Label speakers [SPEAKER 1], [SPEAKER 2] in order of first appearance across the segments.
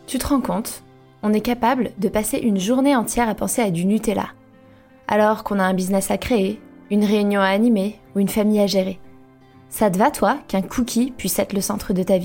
[SPEAKER 1] Tu te rends compte, on est capable de passer une journée entière à penser à du Nutella, alors qu'on a un business à créer, une réunion à animer ou une famille à gérer. Ça te va, toi, qu'un cookie puisse être le centre de ta vie ?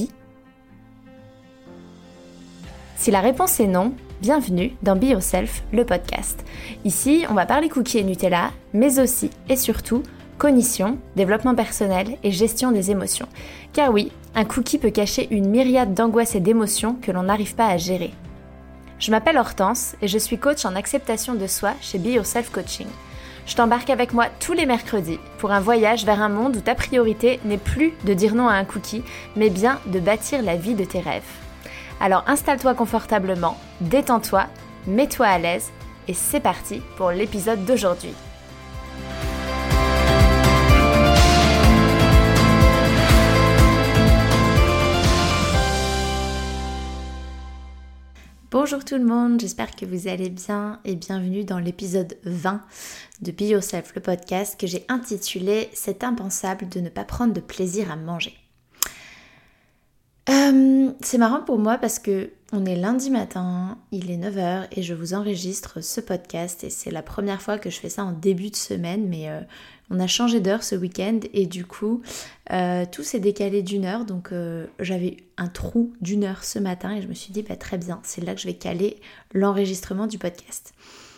[SPEAKER 1] Si la réponse est non, bienvenue dans Be Yourself, le podcast. Ici, on va parler cookies et Nutella, mais aussi et surtout cognition, développement personnel et gestion des émotions. Car oui, un cookie peut cacher une myriade d'angoisses et d'émotions que l'on n'arrive pas à gérer. Je m'appelle Hortense et je suis coach en acceptation de soi chez Be Yourself Coaching. Je t'embarque avec moi tous les mercredis pour un voyage vers un monde où ta priorité n'est plus de dire non à un cookie, mais bien de bâtir la vie de tes rêves. Alors installe-toi confortablement, détends-toi, mets-toi à l'aise et c'est parti pour l'épisode d'aujourd'hui. Bonjour tout le monde, j'espère que vous allez bien et bienvenue dans l'épisode 20 de Be Yourself, le podcast que j'ai intitulé « C'est impensable de ne pas prendre de plaisir à manger ». C'est marrant pour moi parce que on est lundi matin, il est 9h et je vous enregistre ce podcast et c'est la première fois que je fais ça en début de semaine, mais on a changé d'heure ce week-end et du coup tout s'est décalé d'une heure, donc j'avais un trou d'une heure ce matin et je me suis dit très bien, c'est là que je vais caler l'enregistrement du podcast.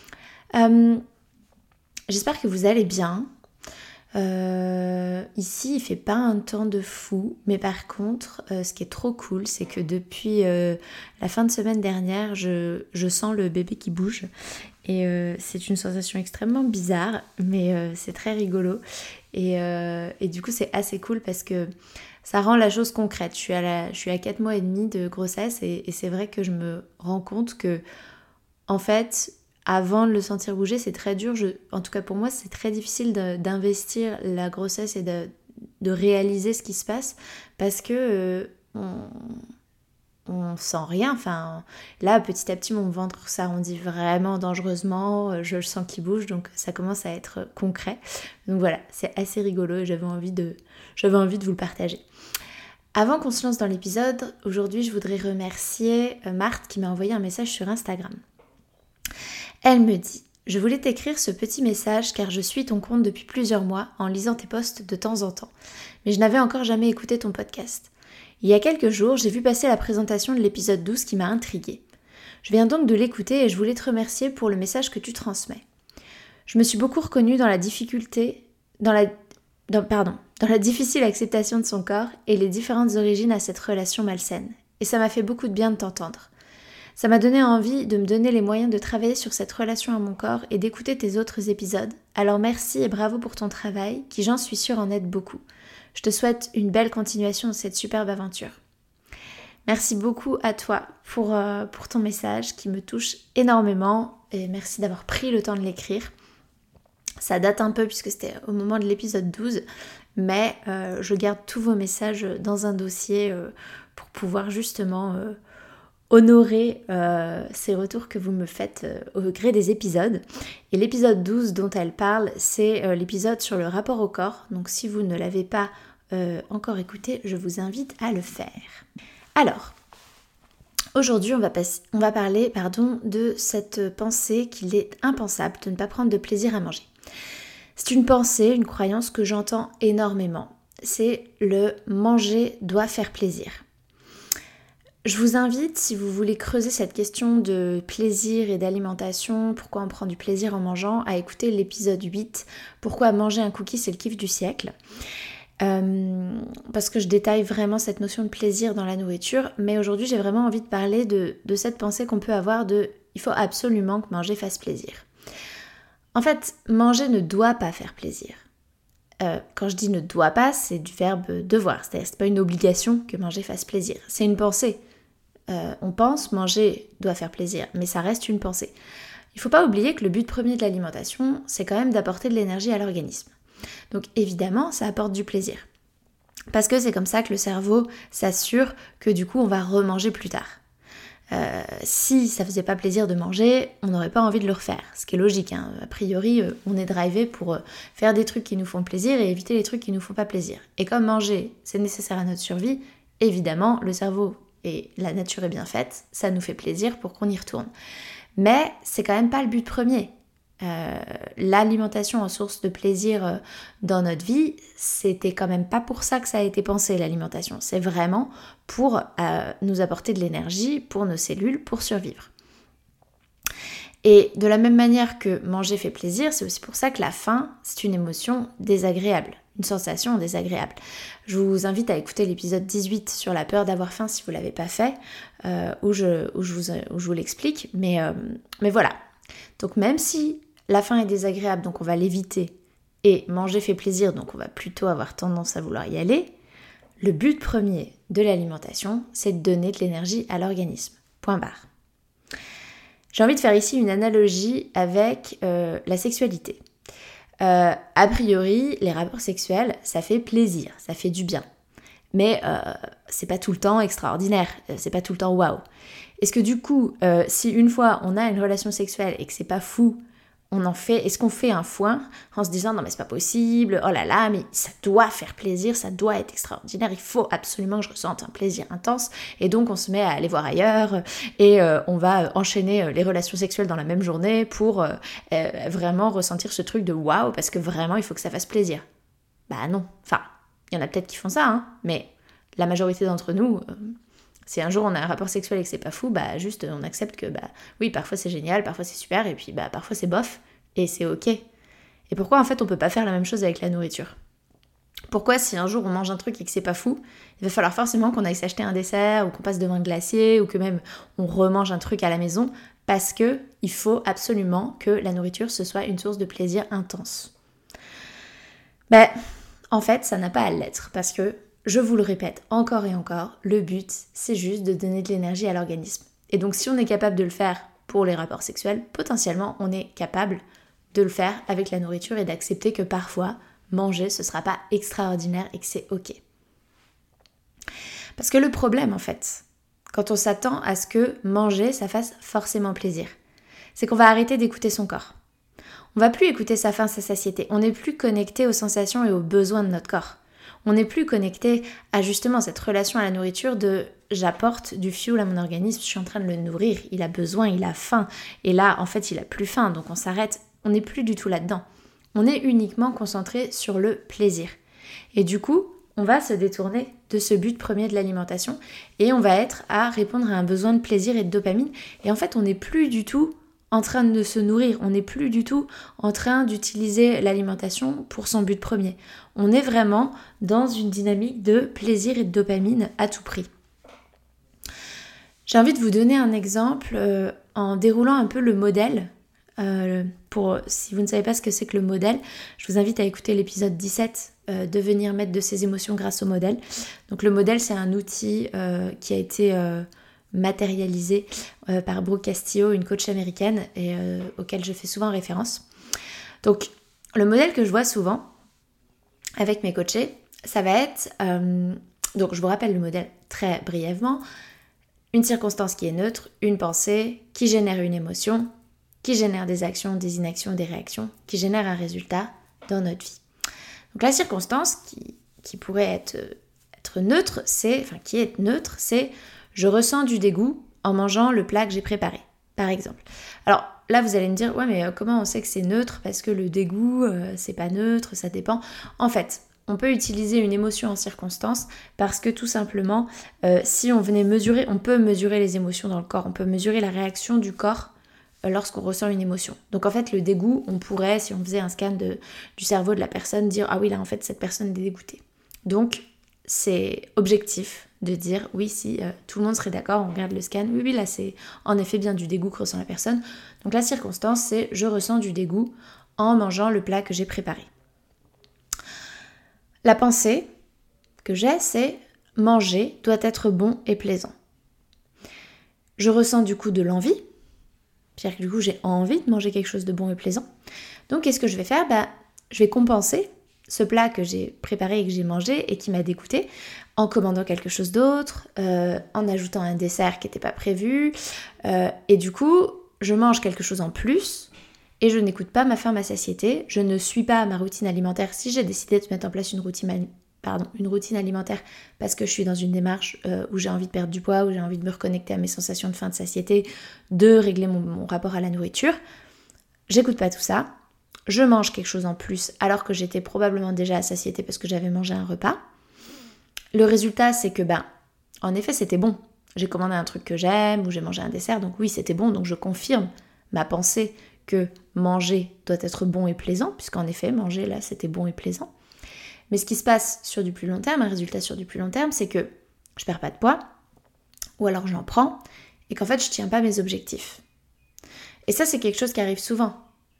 [SPEAKER 1] J'espère que vous allez bien. Ici il fait pas un temps de fou, mais par contre ce qui est trop cool c'est que depuis la fin de semaine dernière je sens le bébé qui bouge et c'est une sensation extrêmement bizarre mais c'est très rigolo et du coup c'est assez cool parce que ça rend la chose concrète. Je suis à 4 mois et demi de grossesse et c'est vrai que je me rends compte que en fait avant de le sentir bouger, c'est très dur. En tout cas pour moi, c'est très difficile d'investir la grossesse et de réaliser ce qui se passe parce que on sent rien. Enfin, là, petit à petit, mon ventre s'arrondit vraiment dangereusement. Je le sens qu'il bouge, donc ça commence à être concret. Donc voilà, c'est assez rigolo et j'avais envie de vous le partager. Avant qu'on se lance dans l'épisode, aujourd'hui, je voudrais remercier Marthe qui m'a envoyé un message sur Instagram. Elle me dit « Je voulais t'écrire ce petit message car je suis ton compte depuis plusieurs mois en lisant tes posts de temps en temps. Mais je n'avais encore jamais écouté ton podcast. Il y a quelques jours, j'ai vu passer la présentation de l'épisode 12 qui m'a intriguée. Je viens donc de l'écouter et je voulais te remercier pour le message que tu transmets. Je me suis beaucoup reconnue dans la difficile acceptation de son corps et les différentes origines à cette relation malsaine. Et ça m'a fait beaucoup de bien de t'entendre. Ça m'a donné envie de me donner les moyens de travailler sur cette relation à mon corps et d'écouter tes autres épisodes. Alors merci et bravo pour ton travail, qui j'en suis sûre en aide beaucoup. Je te souhaite une belle continuation de cette superbe aventure. Merci beaucoup à toi pour ton message qui me touche énormément et merci d'avoir pris le temps de l'écrire. Ça date un peu puisque c'était au moment de l'épisode 12, mais je garde tous vos messages dans un dossier pour pouvoir justement honorer ces retours que vous me faites au gré des épisodes. Et l'épisode 12 dont elle parle, c'est l'épisode sur le rapport au corps. Donc si vous ne l'avez pas encore écouté, je vous invite à le faire. Alors, aujourd'hui on va parler de cette pensée qu'il est impensable de ne pas prendre de plaisir à manger. C'est une pensée, une croyance que j'entends énormément. C'est le manger doit faire plaisir. Je vous invite, si vous voulez creuser cette question de plaisir et d'alimentation, pourquoi on prend du plaisir en mangeant, à écouter l'épisode 8, pourquoi manger un cookie c'est le kiff du siècle. Parce que je détaille vraiment cette notion de plaisir dans la nourriture, mais aujourd'hui j'ai vraiment envie de parler de cette pensée qu'on peut avoir de « il faut absolument que manger fasse plaisir ». En fait, manger ne doit pas faire plaisir. Quand je dis ne doit pas, c'est du verbe devoir, c'est-à-dire c'est pas une obligation que manger fasse plaisir, c'est une pensée. On pense manger doit faire plaisir, mais ça reste une pensée. Il ne faut pas oublier que le but premier de l'alimentation, c'est quand même d'apporter de l'énergie à l'organisme. Donc évidemment, ça apporte du plaisir. Parce que c'est comme ça que le cerveau s'assure que du coup, on va remanger plus tard. Si ça faisait pas plaisir de manger, on n'aurait pas envie de le refaire, ce qui est logique, hein. A priori, on est drivé pour faire des trucs qui nous font plaisir et éviter les trucs qui nous font pas plaisir. Et comme manger, c'est nécessaire à notre survie, évidemment, le cerveau et la nature est bien faite, ça nous fait plaisir pour qu'on y retourne. Mais c'est quand même pas le but premier. L'alimentation en source de plaisir dans notre vie, c'était quand même pas pour ça que ça a été pensé, l'alimentation. C'est vraiment pour nous apporter de l'énergie pour nos cellules, pour survivre. Et de la même manière que manger fait plaisir, c'est aussi pour ça que la faim, c'est une émotion désagréable, une sensation désagréable. Je vous invite à écouter l'épisode 18 sur la peur d'avoir faim si vous ne l'avez pas fait, où je vous l'explique. Mais voilà. Donc même si la faim est désagréable, donc on va l'éviter, et manger fait plaisir, donc on va plutôt avoir tendance à vouloir y aller, le but premier de l'alimentation, c'est de donner de l'énergie à l'organisme. Point barre. J'ai envie de faire ici une analogie avec la sexualité. A priori, les rapports sexuels, ça fait plaisir, ça fait du bien. Mais c'est pas tout le temps extraordinaire, c'est pas tout le temps waouh. Est-ce que du coup, si une fois on a une relation sexuelle et que c'est pas fou, est-ce qu'on fait un foin en se disant non mais c'est pas possible, oh là là, mais ça doit faire plaisir, ça doit être extraordinaire, il faut absolument que je ressente un plaisir intense, et donc on se met à aller voir ailleurs et on va enchaîner les relations sexuelles dans la même journée pour vraiment ressentir ce truc de waouh, parce que vraiment il faut que ça fasse plaisir. Bah non, enfin, il y en a peut-être qui font ça, hein, mais la majorité d'entre nous... Si un jour on a un rapport sexuel et que c'est pas fou, bah juste on accepte que bah oui, parfois c'est génial, parfois c'est super, et puis bah parfois c'est bof, et c'est ok. Et pourquoi en fait on peut pas faire la même chose avec la nourriture ? Pourquoi si un jour on mange un truc et que c'est pas fou, il va falloir forcément qu'on aille s'acheter un dessert, ou qu'on passe devant un glacier, ou que même on remange un truc à la maison, parce que il faut absolument que la nourriture ce soit une source de plaisir intense. Ben, en fait ça n'a pas à l'être, parce que je vous le répète encore et encore, le but, c'est juste de donner de l'énergie à l'organisme. Et donc si on est capable de le faire pour les rapports sexuels, potentiellement on est capable de le faire avec la nourriture et d'accepter que parfois, manger, ce ne sera pas extraordinaire et que c'est ok. Parce que le problème, en fait, quand on s'attend à ce que manger, ça fasse forcément plaisir, c'est qu'on va arrêter d'écouter son corps. On va plus écouter sa faim, sa satiété. On n'est plus connecté aux sensations et aux besoins de notre corps. On n'est plus connecté à justement cette relation à la nourriture de j'apporte du fuel à mon organisme, je suis en train de le nourrir, il a besoin, il a faim. Et là, en fait, il a plus faim, donc on s'arrête. On n'est plus du tout là-dedans. On est uniquement concentré sur le plaisir. Et du coup, on va se détourner de ce but premier de l'alimentation et on va être à répondre à un besoin de plaisir et de dopamine. Et en fait, on n'est plus du tout en train de se nourrir, on n'est plus du tout en train d'utiliser l'alimentation pour son but premier. On est vraiment dans une dynamique de plaisir et de dopamine à tout prix. J'ai envie de vous donner un exemple en déroulant un peu le modèle. Si vous ne savez pas ce que c'est que le modèle, je vous invite à écouter l'épisode 17, devenir maître de ses émotions grâce au modèle. Donc le modèle, c'est un outil qui a été... matérialisé par Brooke Castillo, une coach américaine et auquel je fais souvent référence. Donc le modèle que je vois souvent avec mes coachés, ça va être, donc je vous rappelle le modèle très brièvement, une circonstance qui est neutre, une pensée qui génère une émotion, qui génère des actions, des inactions, des réactions, qui génère un résultat dans notre vie. Donc la circonstance qui pourrait être neutre, qui est neutre, c'est je ressens du dégoût en mangeant le plat que j'ai préparé, par exemple. Alors là, vous allez me dire, ouais, mais comment on sait que c'est neutre ? Parce que le dégoût, c'est pas neutre, ça dépend. En fait, on peut utiliser une émotion en circonstance parce que tout simplement, si on venait mesurer, on peut mesurer les émotions dans le corps, on peut mesurer la réaction du corps lorsqu'on ressent une émotion. Donc en fait, le dégoût, on pourrait, si on faisait un scan du cerveau de la personne, dire, ah oui, là, en fait, cette personne est dégoûtée. Donc, c'est objectif de dire oui, si tout le monde serait d'accord, on regarde le scan, oui, là c'est en effet bien du dégoût que ressent la personne. Donc la circonstance, c'est je ressens du dégoût en mangeant le plat que j'ai préparé. La pensée que j'ai, c'est manger doit être bon et plaisant. Je ressens du coup de l'envie, c'est-à-dire que du coup j'ai envie de manger quelque chose de bon et plaisant. Donc qu'est-ce que je vais faire ? Je vais compenser ce plat que j'ai préparé et que j'ai mangé et qui m'a dégoûté en commandant quelque chose d'autre, en ajoutant un dessert qui n'était pas prévu. Et du coup, je mange quelque chose en plus et je n'écoute pas ma faim, ma satiété. Je ne suis pas ma routine alimentaire si j'ai décidé de mettre en place une routine une routine alimentaire parce que je suis dans une démarche où j'ai envie de perdre du poids, où j'ai envie de me reconnecter à mes sensations de faim, de satiété, de régler mon rapport à la nourriture. J'écoute pas tout ça. Je mange quelque chose en plus alors que j'étais probablement déjà à satiété parce que j'avais mangé un repas. Le résultat, c'est que, en effet, c'était bon. J'ai commandé un truc que j'aime ou j'ai mangé un dessert, donc oui, c'était bon. Donc je confirme ma pensée que manger doit être bon et plaisant, puisqu'en effet, manger, là, c'était bon et plaisant. Mais ce qui se passe sur du plus long terme, un résultat sur du plus long terme, c'est que je perds pas de poids, ou alors j'en prends, et qu'en fait, je tiens pas mes objectifs. Et ça, c'est quelque chose qui arrive souvent.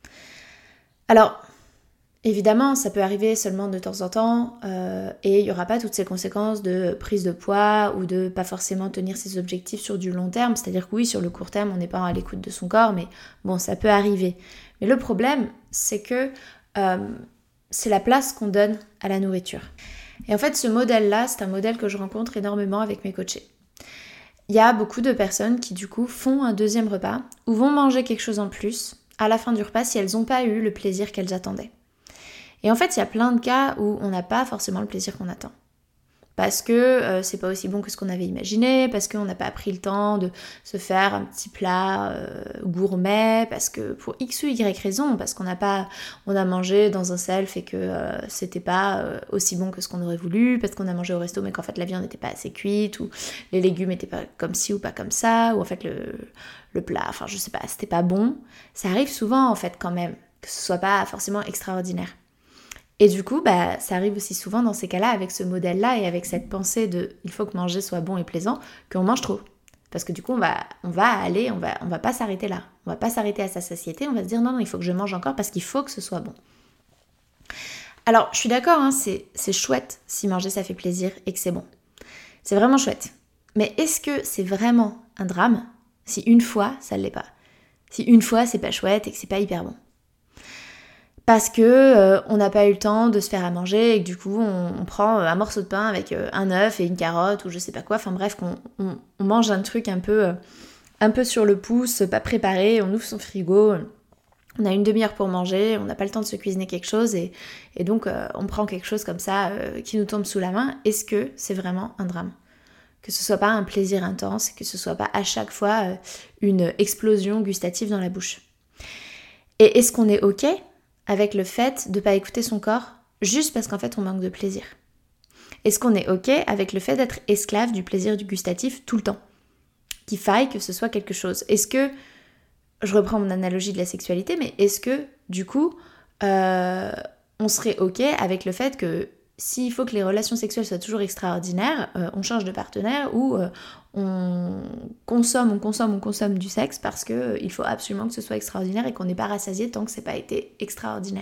[SPEAKER 1] Alors, évidemment, ça peut arriver seulement de temps en temps et il n'y aura pas toutes ces conséquences de prise de poids ou de pas forcément tenir ses objectifs sur du long terme. C'est-à-dire que oui, sur le court terme, on n'est pas à l'écoute de son corps, mais bon, ça peut arriver. Mais le problème, c'est que c'est la place qu'on donne à la nourriture. Et en fait, ce modèle-là, c'est un modèle que je rencontre énormément avec mes coachés. Il y a beaucoup de personnes qui, du coup, font un deuxième repas ou vont manger quelque chose en plus à la fin du repas si elles n'ont pas eu le plaisir qu'elles attendaient. Et en fait, il y a plein de cas où on n'a pas forcément le plaisir qu'on attend. Parce que c'est pas aussi bon que ce qu'on avait imaginé, parce qu'on n'a pas pris le temps de se faire un petit plat gourmet, parce que pour X ou Y raison, parce qu'on a mangé dans un self et que c'était pas aussi bon que ce qu'on aurait voulu, parce qu'on a mangé au resto mais qu'en fait la viande n'était pas assez cuite, ou les légumes n'étaient pas comme ci ou pas comme ça, ou en fait le plat, enfin je sais pas, c'était pas bon. Ça arrive souvent en fait quand même, que ce soit pas forcément extraordinaire. Et du coup, ça arrive aussi souvent dans ces cas-là, avec ce modèle-là et avec cette pensée de « il faut que manger soit bon et plaisant », qu'on mange trop. Parce que du coup, on va pas s'arrêter là. On va pas s'arrêter à sa satiété, on va se dire « non, il faut que je mange encore parce qu'il faut que ce soit bon ». Alors, je suis d'accord, c'est chouette si manger ça fait plaisir et que c'est bon. C'est vraiment chouette. Mais est-ce que c'est vraiment un drame si une fois, ça ne l'est pas ? Si une fois, c'est pas chouette et que c'est pas hyper bon ? Parce que on n'a pas eu le temps de se faire à manger et que du coup on prend un morceau de pain avec un œuf et une carotte ou je sais pas quoi, enfin bref, qu'on mange un truc un peu sur le pouce, pas préparé, on ouvre son frigo, on a une demi-heure pour manger, on n'a pas le temps de se cuisiner quelque chose et donc on prend quelque chose comme ça qui nous tombe sous la main. Est-ce que c'est vraiment un drame ? Que ce soit pas un plaisir intense, que ce soit pas à chaque fois une explosion gustative dans la bouche. Et est-ce qu'on est OK avec le fait de ne pas écouter son corps juste parce qu'en fait on manque de plaisir? Est-ce qu'on est OK avec le fait d'être esclave du plaisir du gustatif tout le temps? Qu'il faille que ce soit quelque chose. Est-ce que, je reprends mon analogie de la sexualité, mais est-ce que du coup on serait OK avec le fait que s'il faut que les relations sexuelles soient toujours extraordinaires, on change de partenaire ou on consomme du sexe parce qu'il faut absolument que ce soit extraordinaire et qu'on n'est pas rassasié tant que c'est pas été extraordinaire.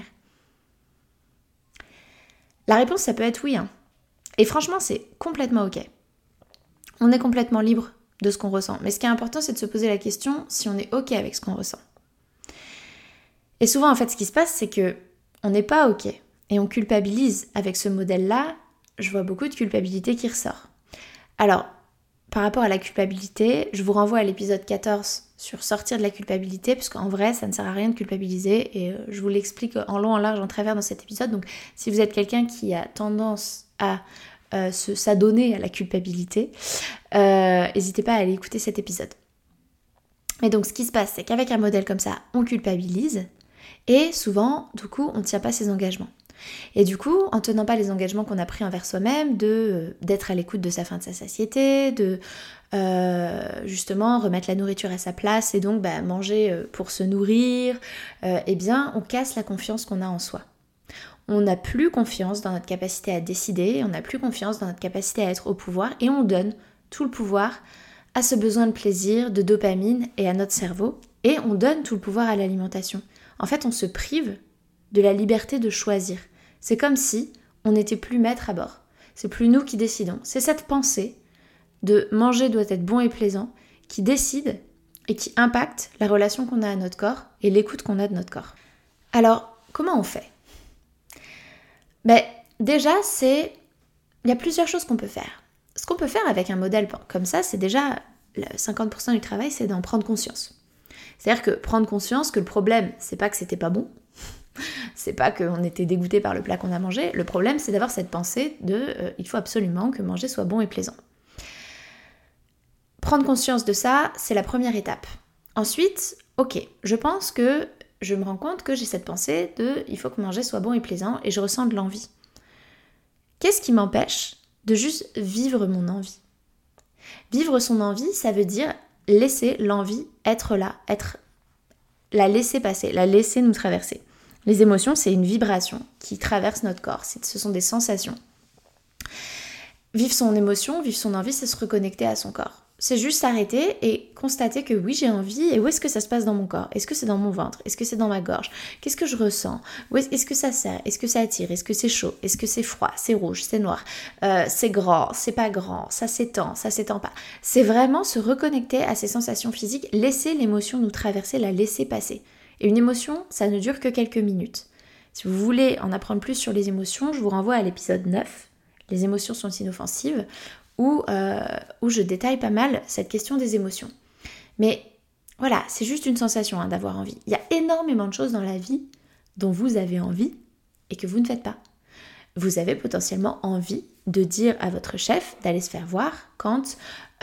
[SPEAKER 1] La réponse, ça peut être oui. Et franchement, c'est complètement OK. On est complètement libre de ce qu'on ressent. Mais ce qui est important, c'est de se poser la question si on est OK avec ce qu'on ressent. Et souvent, en fait, ce qui se passe, c'est que on n'est pas OK. Et on culpabilise avec ce modèle-là. Je vois beaucoup de culpabilité qui ressort. Alors, par rapport à la culpabilité, je vous renvoie à l'épisode 14 sur sortir de la culpabilité, parce qu'en vrai, ça ne sert à rien de culpabiliser, et je vous l'explique en long, en large, en travers dans cet épisode. Donc, si vous êtes quelqu'un qui a tendance à s'adonner à la culpabilité, n'hésitez pas à aller écouter cet épisode. Et donc, ce qui se passe, c'est qu'avec un modèle comme ça, on culpabilise, et souvent, du coup, on ne tient pas ses engagements. Et du coup, en tenant pas les engagements qu'on a pris envers soi-même, d'être à l'écoute de sa faim, de sa satiété, de justement remettre la nourriture à sa place et donc manger pour se nourrir, eh bien on casse la confiance qu'on a en soi. On n'a plus confiance dans notre capacité à décider, on n'a plus confiance dans notre capacité à être au pouvoir et on donne tout le pouvoir à ce besoin de plaisir, de dopamine et à notre cerveau et on donne tout le pouvoir à l'alimentation. En fait, on se prive de la liberté de choisir. C'est comme si on n'était plus maître à bord. C'est plus nous qui décidons. C'est cette pensée de manger doit être bon et plaisant qui décide et qui impacte la relation qu'on a à notre corps et l'écoute qu'on a de notre corps. Alors, comment on fait ? Déjà, il y a plusieurs choses qu'on peut faire. Ce qu'on peut faire avec un modèle comme ça, c'est déjà 50% du travail, c'est d'en prendre conscience. C'est-à-dire que prendre conscience que le problème, c'est pas que c'était pas bon, C'est pas qu'on était dégoûté par le plat qu'on a mangé. Le problème, c'est d'avoir cette pensée de il faut absolument que manger soit bon et plaisant. Prendre conscience de ça, c'est la première étape. Ensuite, ok, je pense que je me rends compte que j'ai cette pensée de il faut que manger soit bon et plaisant et je ressens de l'envie. Qu'est-ce qui m'empêche de juste vivre mon envie ? Vivre son envie, ça veut dire laisser l'envie être là, la laisser passer, la laisser nous traverser. Les émotions, c'est une vibration qui traverse notre corps, ce sont des sensations. Vivre son émotion, vivre son envie, c'est se reconnecter à son corps. C'est juste s'arrêter et constater que oui, j'ai envie, et où est-ce que ça se passe dans mon corps ? Est-ce que c'est dans mon ventre ? Est-ce que c'est dans ma gorge ? Qu'est-ce que je ressens ? Est-ce que ça serre ? Est-ce que ça attire ? Est-ce que c'est chaud ? Est-ce que c'est froid ? C'est rouge ? C'est noir ? C'est grand ? C'est pas grand ? Ça s'étend pas ? C'est vraiment se reconnecter à ces sensations physiques, laisser l'émotion nous traverser, la laisser passer. Et une émotion, ça ne dure que quelques minutes. Si vous voulez en apprendre plus sur les émotions, je vous renvoie à l'épisode 9, Les émotions sont inoffensives, où je détaille pas mal cette question des émotions. Mais voilà, c'est juste une sensation d'avoir envie. Il y a énormément de choses dans la vie dont vous avez envie et que vous ne faites pas. Vous avez potentiellement envie de dire à votre chef d'aller se faire voir quand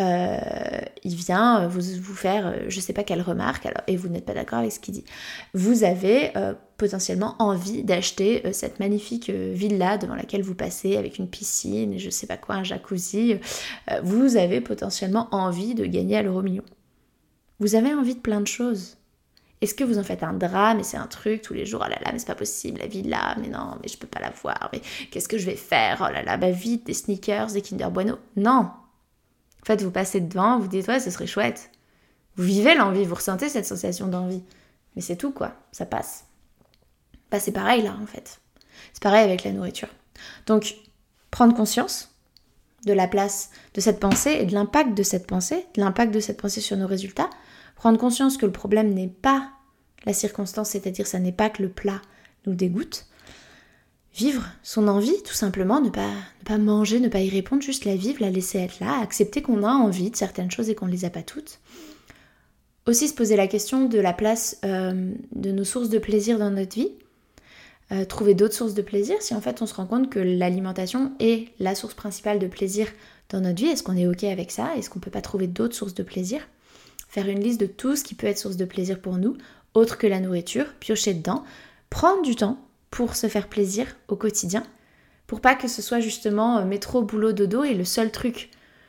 [SPEAKER 1] il vient vous faire je sais pas quelle remarque et vous n'êtes pas d'accord avec ce qu'il dit. Vous avez potentiellement envie d'acheter cette magnifique villa devant laquelle vous passez avec une piscine et je sais pas quoi, un jacuzzi. Vous avez potentiellement envie de gagner à l'euro-million. Vous avez envie de plein de choses. Est-ce que vous en faites un drame et c'est un truc tous les jours, oh là là, mais c'est pas possible, la villa, mais non, mais je peux pas la voir, mais qu'est-ce que je vais faire, oh là là, bah vite, des sneakers, des Kinder Bueno. Non. En fait, vous passez devant, vous dites, ouais, ce serait chouette. Vous vivez l'envie, vous ressentez cette sensation d'envie. Mais c'est tout, quoi, ça passe. Bah, c'est pareil, là, en fait. C'est pareil avec la nourriture. Donc, prendre conscience de la place de cette pensée et de l'impact de cette pensée, sur nos résultats. Prendre conscience que le problème n'est pas la circonstance, c'est-à-dire ça n'est pas que le plat nous dégoûte. Vivre son envie, tout simplement, ne pas manger, ne pas y répondre, juste la vivre, la laisser être là, accepter qu'on a envie de certaines choses et qu'on ne les a pas toutes. Aussi se poser la question de la place de nos sources de plaisir dans notre vie. Trouver d'autres sources de plaisir, si en fait on se rend compte que l'alimentation est la source principale de plaisir dans notre vie, est-ce qu'on est ok avec ça ? Est-ce qu'on ne peut pas trouver d'autres sources de plaisir ? Faire une liste de tout ce qui peut être source de plaisir pour nous, autre que la nourriture, piocher dedans, prendre du temps pour se faire plaisir au quotidien, pour pas que ce soit justement métro, boulot, dodo, et le seul truc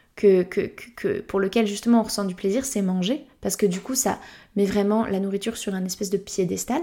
[SPEAKER 1] pour lequel justement on ressent du plaisir, c'est manger, parce que du coup ça met vraiment la nourriture sur un espèce de piédestal.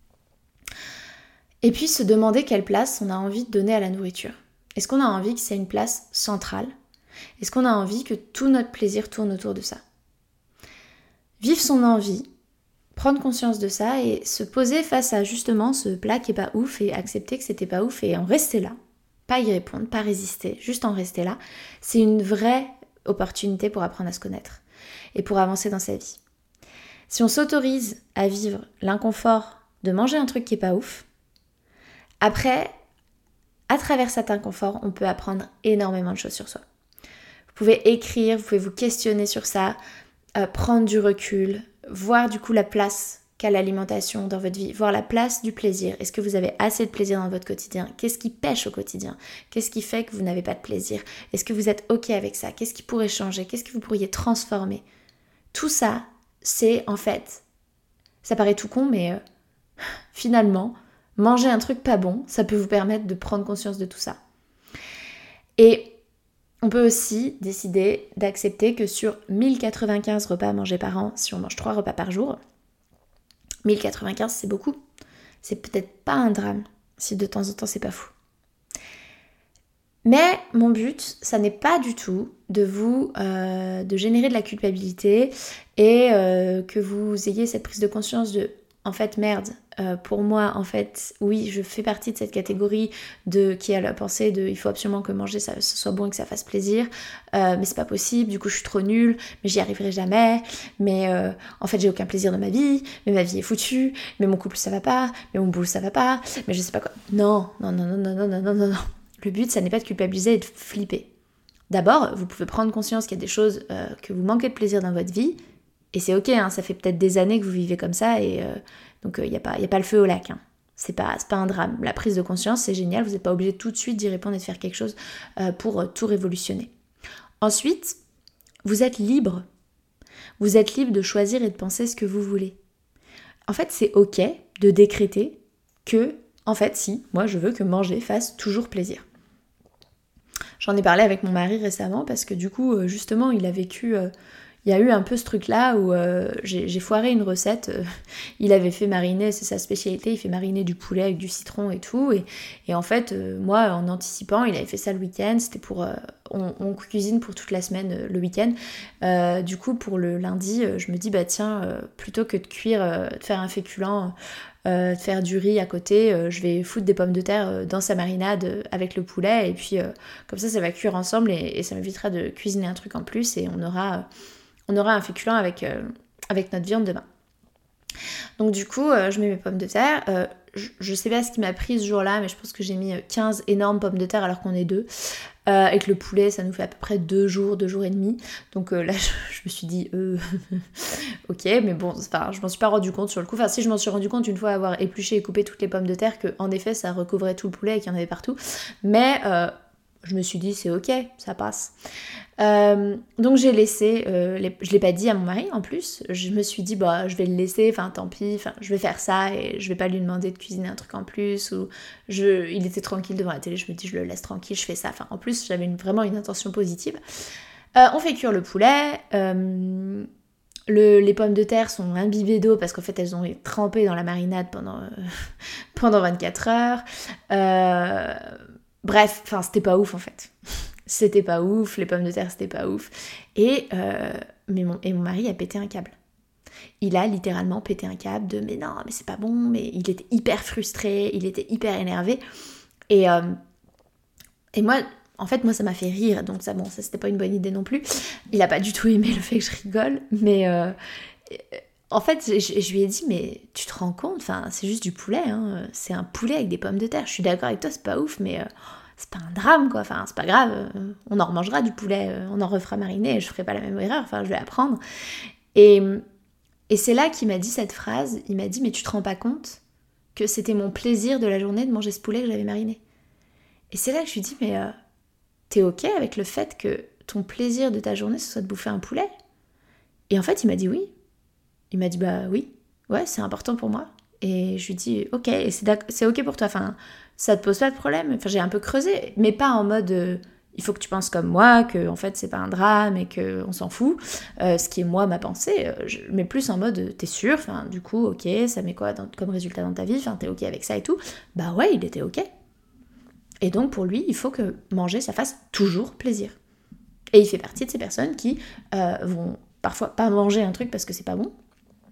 [SPEAKER 1] Et puis se demander quelle place on a envie de donner à la nourriture. Est-ce qu'on a envie que c'est une place centrale ? Est-ce qu'on a envie que tout notre plaisir tourne autour de ça ? Vivre son envie, prendre conscience de ça et se poser face à justement ce plat qui est pas ouf et accepter que c'était pas ouf et en rester là. Pas y répondre, pas résister, juste en rester là. C'est une vraie opportunité pour apprendre à se connaître et pour avancer dans sa vie. Si on s'autorise à vivre l'inconfort de manger un truc qui est pas ouf, après, à travers cet inconfort, on peut apprendre énormément de choses sur soi. Vous pouvez écrire, vous pouvez vous questionner sur ça, prendre du recul, voir du coup la place qu'a l'alimentation dans votre vie, voir la place du plaisir. Est-ce que vous avez assez de plaisir dans votre quotidien ? Qu'est-ce qui pêche au quotidien ? Qu'est-ce qui fait que vous n'avez pas de plaisir ? Est-ce que vous êtes ok avec ça ? Qu'est-ce qui pourrait changer ? Qu'est-ce que vous pourriez transformer ? Tout ça, c'est en fait, ça paraît tout con, mais finalement, manger un truc pas bon, ça peut vous permettre de prendre conscience de tout ça. Et on peut aussi décider d'accepter que sur 1095 repas mangés par an, si on mange 3 repas par jour, 1095 c'est beaucoup. C'est peut-être pas un drame si de temps en temps c'est pas fou. Mais mon but, ça n'est pas du tout de vous de générer de la culpabilité et que vous ayez cette prise de conscience de en fait merde, pour moi en fait oui je fais partie de cette catégorie qui a la pensée de il faut absolument que manger ça soit bon et que ça fasse plaisir, mais c'est pas possible, du coup je suis trop nulle, mais j'y arriverai jamais, mais en fait j'ai aucun plaisir dans ma vie, mais ma vie est foutue, mais mon couple ça va pas, mais mon boulot ça va pas, mais je sais pas quoi. Non. Le but ça n'est pas de culpabiliser et de flipper. D'abord vous pouvez prendre conscience qu'il y a des choses que vous manquez de plaisir dans votre vie. Et c'est ok, hein, ça fait peut-être des années que vous vivez comme ça, et donc il n'y a pas le feu au lac. Hein. c'est pas un drame. La prise de conscience, c'est génial, vous n'êtes pas obligé tout de suite d'y répondre et de faire quelque chose pour tout révolutionner. Ensuite, vous êtes libre. Vous êtes libre de choisir et de penser ce que vous voulez. En fait, c'est ok de décréter que, en fait, si, moi je veux que manger fasse toujours plaisir. J'en ai parlé avec mon mari récemment parce que du coup, justement, il y a eu un peu ce truc-là où j'ai foiré une recette. Il avait fait mariner, c'est sa spécialité, il fait mariner du poulet avec du citron et tout. Et en fait, moi, en anticipant, il avait fait ça le week-end. C'était pour... on cuisine pour toute la semaine le week-end. Du coup, pour le lundi, je me dis, bah tiens, plutôt que de cuire, de faire un féculent... de faire du riz à côté, je vais foutre des pommes de terre dans sa marinade avec le poulet et puis comme ça va cuire ensemble et ça m'évitera de cuisiner un truc en plus et on aura un féculent avec notre viande demain. Donc du coup, je mets mes pommes de terre. Je sais pas ce qui m'a pris ce jour-là, mais je pense que j'ai mis 15 énormes pommes de terre alors qu'on est deux. Et que le poulet, ça nous fait à peu près 2 jours et demi. Donc là, je me suis dit, ok, mais bon, je m'en suis pas rendu compte sur le coup. Enfin, si je m'en suis rendu compte une fois avoir épluché et coupé toutes les pommes de terre, que en effet, ça recouvrait tout le poulet et qu'il y en avait partout. Mais je me suis dit, c'est ok, ça passe. Donc j'ai laissé, je l'ai pas dit à mon mari en plus, je me suis dit bah je vais le laisser, enfin tant pis, je vais faire ça et je vais pas lui demander de cuisiner un truc en plus, ou il était tranquille devant la télé, je me dis je le laisse tranquille, je fais ça, enfin en plus j'avais vraiment une intention positive. On fait cuire le poulet, les pommes de terre sont imbibées d'eau parce qu'en fait elles ont trempé dans la marinade pendant 24 heures. Bref, c'était pas ouf en fait. C'était pas ouf, les pommes de terre c'était pas ouf. Et mon mari a pété un câble. Il a littéralement pété un câble de mais non, mais c'est pas bon, mais il était hyper frustré, il était hyper énervé. Et moi, en fait, moi ça m'a fait rire, donc ça c'était pas une bonne idée non plus. Il a pas du tout aimé le fait que je rigole, mais en fait, je lui ai dit, mais tu te rends compte, c'est juste du poulet, hein. C'est un poulet avec des pommes de terre. Je suis d'accord avec toi, c'est pas ouf, mais c'est pas un drame, quoi. C'est pas grave, on en remangera du poulet, on en refera mariner, je ferai pas la même erreur, je vais apprendre. Et c'est là qu'il m'a dit cette phrase, il m'a dit, mais tu te rends pas compte que c'était mon plaisir de la journée de manger ce poulet que j'avais mariné. Et c'est là que je lui ai dit, mais t'es ok avec le fait que ton plaisir de ta journée, ce soit de bouffer un poulet ? Et en fait, il m'a dit oui. Il m'a dit bah oui, ouais, c'est important pour moi. Et je lui dis ok, et c'est ok pour toi, ça te pose pas de problème. J'ai un peu creusé, mais pas en mode il faut que tu penses comme moi, que en fait c'est pas un drame et qu'on s'en fout, ce qui est moi ma pensée, mais plus en mode t'es sûr, du coup ok, ça met quoi comme résultat dans ta vie, t'es ok avec ça et tout. Bah ouais, il était ok. Et donc pour lui, il faut que manger ça fasse toujours plaisir. Et il fait partie de ces personnes qui vont parfois pas manger un truc parce que c'est pas bon,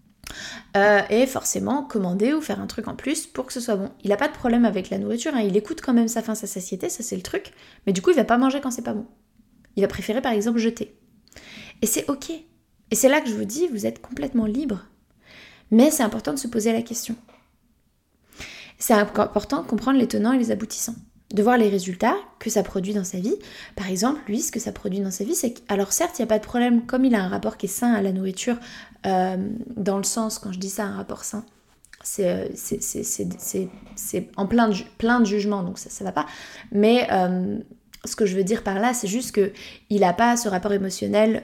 [SPEAKER 1] et forcément commander ou faire un truc en plus pour que ce soit bon. Il a pas de problème avec la nourriture, il écoute quand même sa faim, sa satiété, ça c'est le truc, mais du coup il va pas manger quand c'est pas bon. Il va préférer par exemple jeter. Et c'est ok. Et c'est là que je vous dis, vous êtes complètement libre. Mais c'est important de se poser la question. C'est important de comprendre les tenants et les aboutissants. De voir les résultats que ça produit dans sa vie. Par exemple, lui, ce que ça produit dans sa vie, c'est que, alors certes, il n'y a pas de problème, comme il a un rapport qui est sain à la nourriture, dans le sens, quand je dis ça, un rapport sain, c'est en plein de jugements, donc ça va pas. Mais ce que je veux dire par là, c'est juste qu'il n'a pas ce rapport émotionnel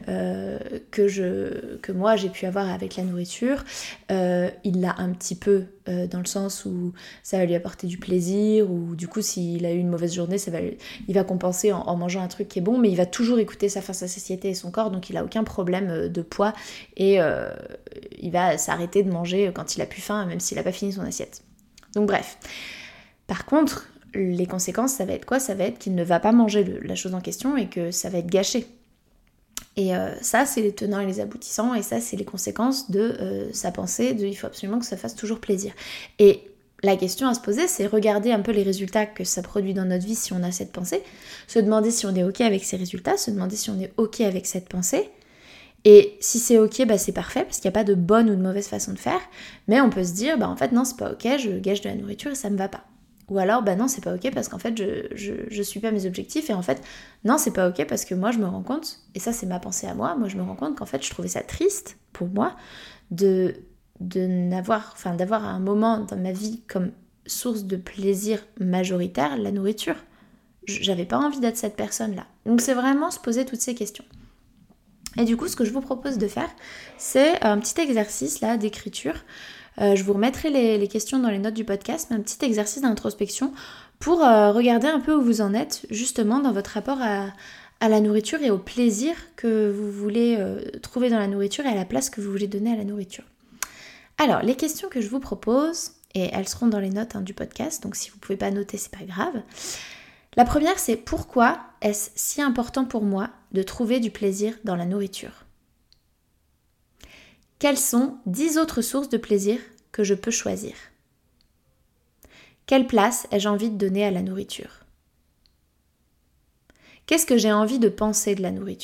[SPEAKER 1] que moi j'ai pu avoir avec la nourriture. Il l'a un petit peu dans le sens où ça va lui apporter du plaisir, ou du coup s'il a eu une mauvaise journée, il va compenser en mangeant un truc qui est bon, mais il va toujours écouter sa faim, sa satiété et son corps, donc il n'a aucun problème de poids et il va s'arrêter de manger quand il a plus faim, même s'il n'a pas fini son assiette. Donc bref. Par contre, les conséquences, ça va être quoi ? Ça va être qu'il ne va pas manger la chose en question et que ça va être gâché. Et ça, c'est les tenants et les aboutissants, et ça, c'est les conséquences de sa pensée, il faut absolument que ça fasse toujours plaisir. Et la question à se poser, c'est regarder un peu les résultats que ça produit dans notre vie si on a cette pensée, se demander si on est ok avec ces résultats, se demander si on est ok avec cette pensée. Et si c'est ok, c'est parfait, parce qu'il n'y a pas de bonne ou de mauvaise façon de faire, mais on peut se dire, en fait, non, c'est pas ok, je gâche de la nourriture et ça me va pas. Ou alors, non, c'est pas ok parce qu'en fait, je suis pas mes objectifs, et en fait, non, c'est pas ok parce que moi, je me rends compte, et ça, c'est ma pensée à moi, je me rends compte qu'en fait, je trouvais ça triste, pour moi, d'avoir un moment dans ma vie comme source de plaisir majoritaire, la nourriture. J'avais pas envie d'être cette personne-là. Donc c'est vraiment se poser toutes ces questions. Et du coup, ce que je vous propose de faire, c'est un petit exercice là d'écriture. Je vous remettrai les questions dans les notes du podcast, mais un petit exercice d'introspection pour regarder un peu où vous en êtes justement dans votre rapport à la nourriture et au plaisir que vous voulez trouver dans la nourriture et à la place que vous voulez donner à la nourriture. Alors, les questions que je vous propose, et elles seront dans les notes du podcast, donc si vous ne pouvez pas noter, c'est pas grave. La première, c'est pourquoi est-ce si important pour moi de trouver du plaisir dans la nourriture ? Quelles sont 10 autres sources de plaisir que je peux choisir ? Quelle place ai-je envie de donner à la nourriture ? Qu'est-ce que j'ai envie de penser de la nourriture ?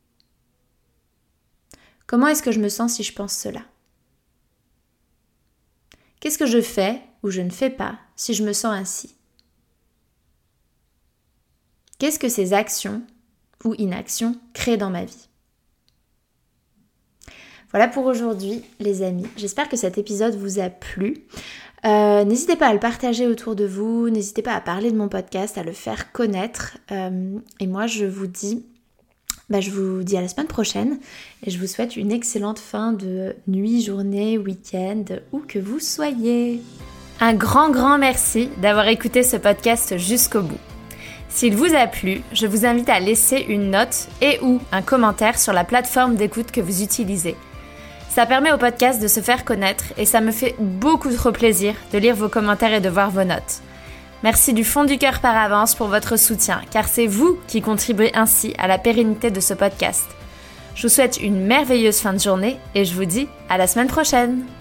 [SPEAKER 1] Comment est-ce que je me sens si je pense cela ? Qu'est-ce que je fais ou je ne fais pas si je me sens ainsi ? Qu'est-ce que ces actions ou inactions créent dans ma vie ? Voilà pour aujourd'hui les amis. J'espère que cet épisode vous a plu. N'hésitez pas à le partager autour de vous, n'hésitez pas à parler de mon podcast, à le faire connaître. Et moi je vous dis à la semaine prochaine et je vous souhaite une excellente fin de nuit, journée, week-end, où que vous soyez. Un grand merci d'avoir écouté ce podcast jusqu'au bout. S'il vous a plu, je vous invite à laisser une note et ou un commentaire sur la plateforme d'écoute que vous utilisez. Ça permet au podcast de se faire connaître et ça me fait beaucoup trop plaisir de lire vos commentaires et de voir vos notes. Merci du fond du cœur par avance pour votre soutien, car c'est vous qui contribuez ainsi à la pérennité de ce podcast. Je vous souhaite une merveilleuse fin de journée et je vous dis à la semaine prochaine.